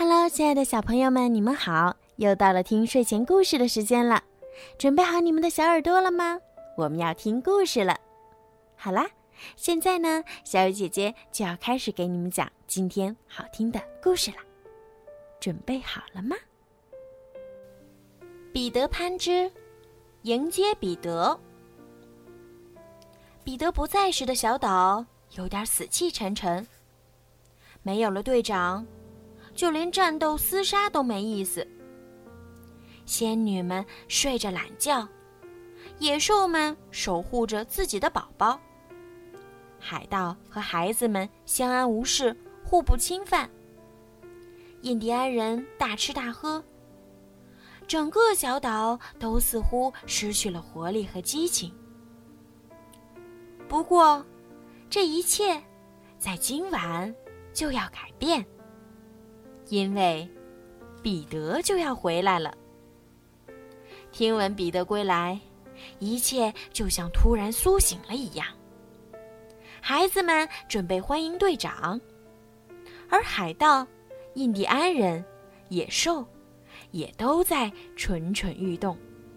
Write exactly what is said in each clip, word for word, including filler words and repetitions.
Hello， 亲爱的小朋友们，你们好！又到了听睡前故事的时间了，准备好你们的小耳朵了吗？我们要听故事了。好啦，现在呢，小雨姐姐就要开始给你们讲今天好听的故事了。准备好了吗？彼得潘之迎接彼得。彼得不在时的小岛有点死气沉沉，没有了队长，就连战斗厮杀都没意思。仙女们睡着懒觉，野兽们守护着自己的宝宝，海盗和孩子们相安无事，互不侵犯。印第安人大吃大喝，整个小岛都似乎失去了活力和激情。不过，这一切在今晚就要改变，因为彼得就要回来了。听闻彼得归来，一切就像突然苏醒了一样。孩子们准备欢迎队长，而海盗、印第安人、野兽也都在蠢蠢欲动。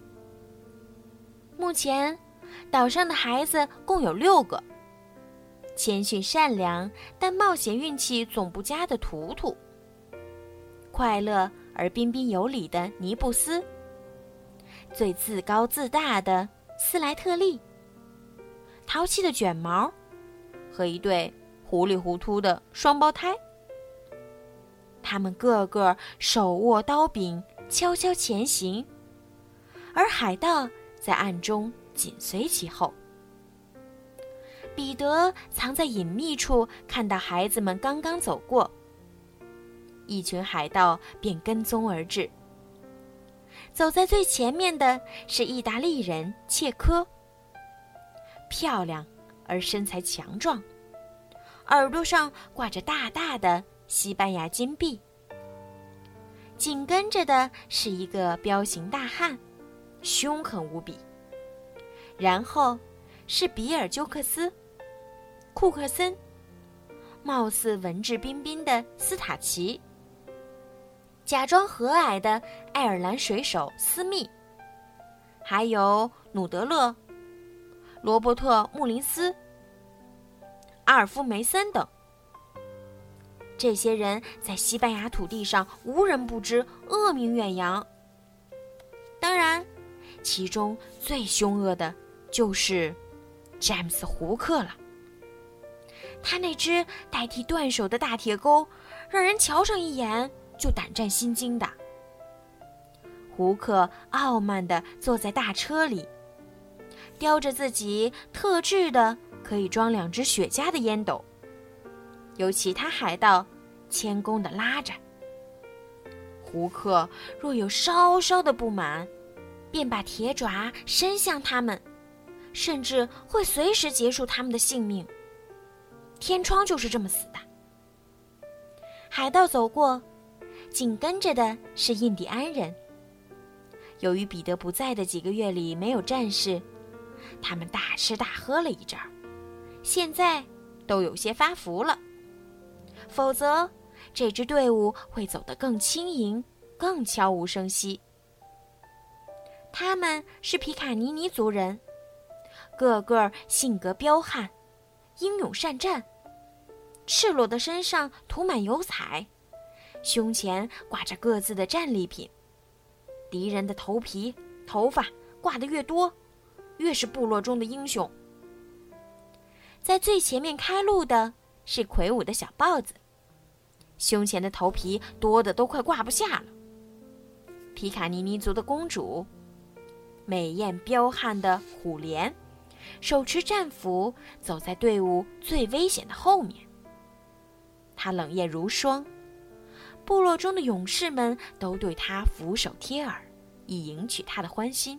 目前，岛上的孩子共有六个：谦逊善良但冒险运气总不佳的图图，快乐而彬彬有礼的尼布斯，最自高自大的斯莱特利，淘气的卷毛和一对糊里糊涂的双胞胎。他们个个手握刀柄，悄悄前行，而海盗在暗中紧随其后。彼得藏在隐秘处，看到孩子们刚刚走过，一群海盗便跟踪而至。走在最前面的是意大利人切科，漂亮而身材强壮，耳朵上挂着大大的西班牙金币。紧跟着的是一个彪形大汉，凶狠无比。然后是比尔鸠克斯、库克森，貌似文质彬彬的斯塔奇，假装和蔼的爱尔兰水手斯密，还有努德勒、罗伯特·穆林斯、阿尔夫梅森等。这些人在西班牙土地上无人不知，恶名远扬。当然，其中最凶恶的就是詹姆斯·胡克了。他那只代替断手的大铁钩，让人瞧上一眼就胆战心惊的。胡克傲慢地坐在大车里，叼着自己特制的可以装两只雪茄的烟斗，由其他海盗谦恭地拉着。胡克若有稍稍的不满，便把铁爪伸向他们，甚至会随时结束他们的性命。天窗就是这么死的。海盗走过，紧跟着的是印第安人。由于彼得不在的几个月里没有战事，他们大吃大喝了一阵儿，现在都有些发福了。否则，这支队伍会走得更轻盈，更悄无声息。他们是皮卡尼尼族人，个个性格彪悍，英勇善战，赤裸的身上涂满油彩，胸前挂着各自的战利品。敌人的头皮、头发挂得越多，越是部落中的英雄。在最前面开路的是魁梧的小豹子，胸前的头皮多得都快挂不下了。皮卡尼尼族的公主，美艳彪悍的虎莲，手持战斧，走在队伍最危险的后面。她冷艳如霜，部落中的勇士们都对她俯首帖耳，以赢取她的欢心。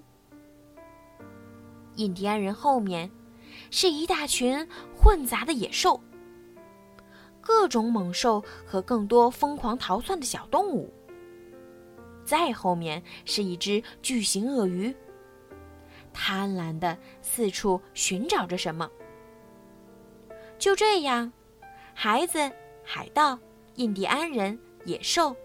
印第安人后面是一大群混杂的野兽，各种猛兽和更多疯狂逃窜的小动物。再后面是一只巨型鳄鱼，贪婪地四处寻找着什么。就这样，孩子、海盗、印第安人、野兽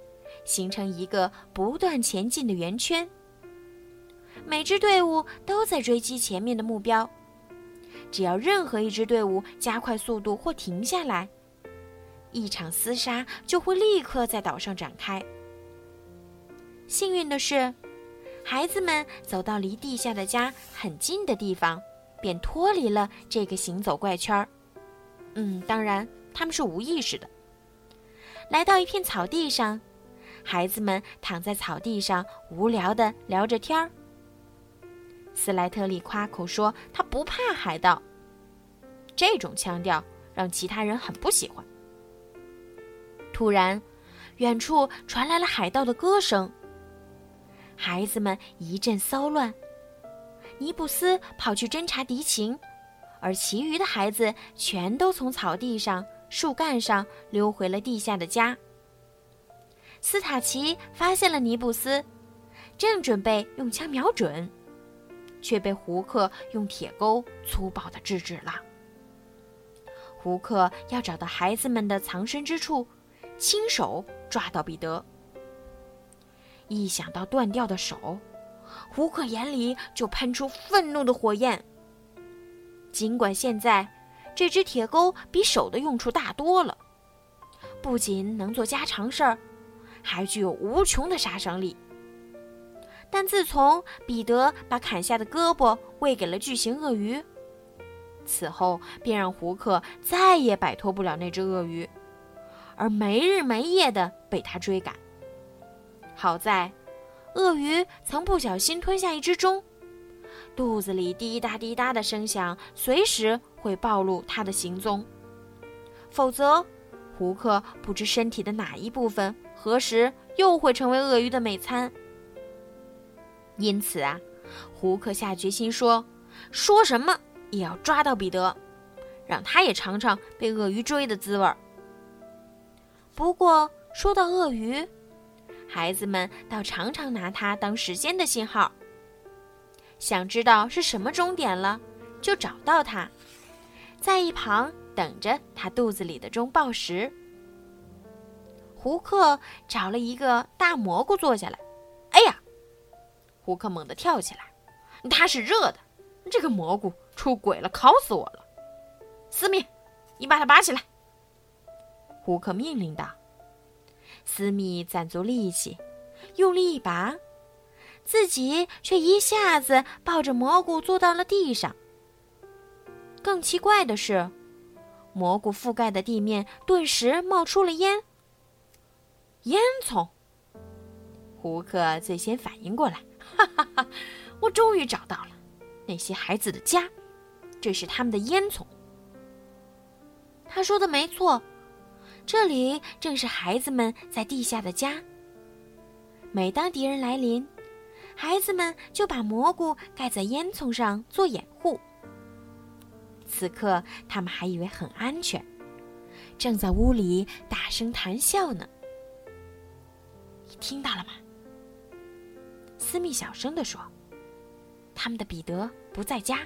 形成一个不断前进的圆圈。每支队伍都在追击前面的目标，只要任何一支队伍加快速度或停下来，一场厮杀就会立刻在岛上展开。幸运的是，孩子们走到离地下的家很近的地方，便脱离了这个行走怪圈。嗯，当然，他们是无意识的。来到一片草地上，孩子们躺在草地上无聊地聊着天儿。斯莱特利夸口说他不怕海盗，这种腔调让其他人很不喜欢。突然，远处传来了海盗的歌声，孩子们一阵骚乱。尼布斯跑去侦察敌情，而其余的孩子全都从草地上、树干上溜回了地下的家。斯塔奇发现了尼布斯，正准备用枪瞄准，却被胡克用铁钩粗暴地制止了。胡克要找到孩子们的藏身之处，亲手抓到彼得。一想到断掉的手，胡克眼里就喷出愤怒的火焰。尽管现在这只铁钩比手的用处大多了，不仅能做家常事儿，还具有无穷的杀伤力。但自从彼得把砍下的胳膊喂给了巨型鳄鱼，此后便让胡克再也摆脱不了那只鳄鱼，而没日没夜地被他追赶。好在鳄鱼曾不小心吞下一只钟，肚子里滴答滴答的声响随时会暴露它的行踪，否则胡克不知身体的哪一部分何时又会成为鳄鱼的美餐。因此啊，胡克下决心说，说什么也要抓到彼得，让他也尝尝被鳄鱼追的滋味儿。不过说到鳄鱼，孩子们倒常常拿它当时间的信号，想知道是什么终点了，就找到它，在一旁等着它肚子里的钟报时。胡克找了一个大蘑菇坐下来。哎呀！胡克猛地跳起来，它是热的，这个蘑菇出轨了，烤死我了！斯密，你把它拔起来！胡克命令道。斯密攒足力气，用力一拔，自己却一下子抱着蘑菇坐到了地上。更奇怪的是，蘑菇覆盖的地面顿时冒出了烟。烟囱！胡克最先反应过来，哈哈哈！我终于找到了那些孩子的家，这是他们的烟囱。他说的没错，这里正是孩子们在地下的家。每当敌人来临，孩子们就把蘑菇盖在烟囱上做掩护。此刻他们还以为很安全，正在屋里大声谈笑呢。你听到了吗？斯密小声地说，他们的彼得不在家。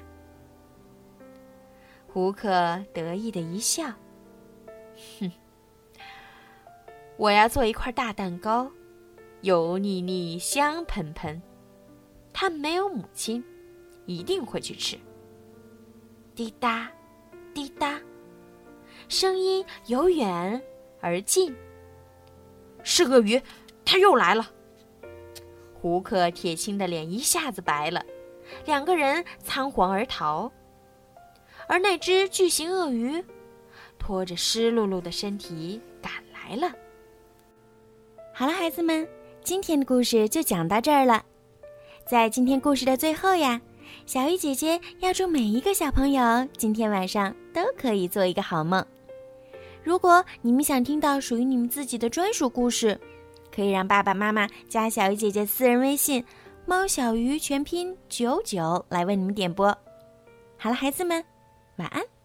胡克得意的一笑，哼，我要做一块大蛋糕，油腻腻香喷喷，他们没有母亲，一定会去吃。滴答滴答，声音由远而近。是鳄鱼，它又来了！胡克铁青的脸一下子白了，两个人仓皇而逃。而那只巨型鳄鱼拖着湿漉漉的身体赶来了。好了，孩子们，今天的故事就讲到这儿了。在今天故事的最后呀，小鱼姐姐要祝每一个小朋友今天晚上都可以做一个好梦。如果你们想听到属于你们自己的专属故事，可以让爸爸妈妈加小鱼姐姐私人微信猫小鱼全拼九九来为你们点播。好了，孩子们，晚安。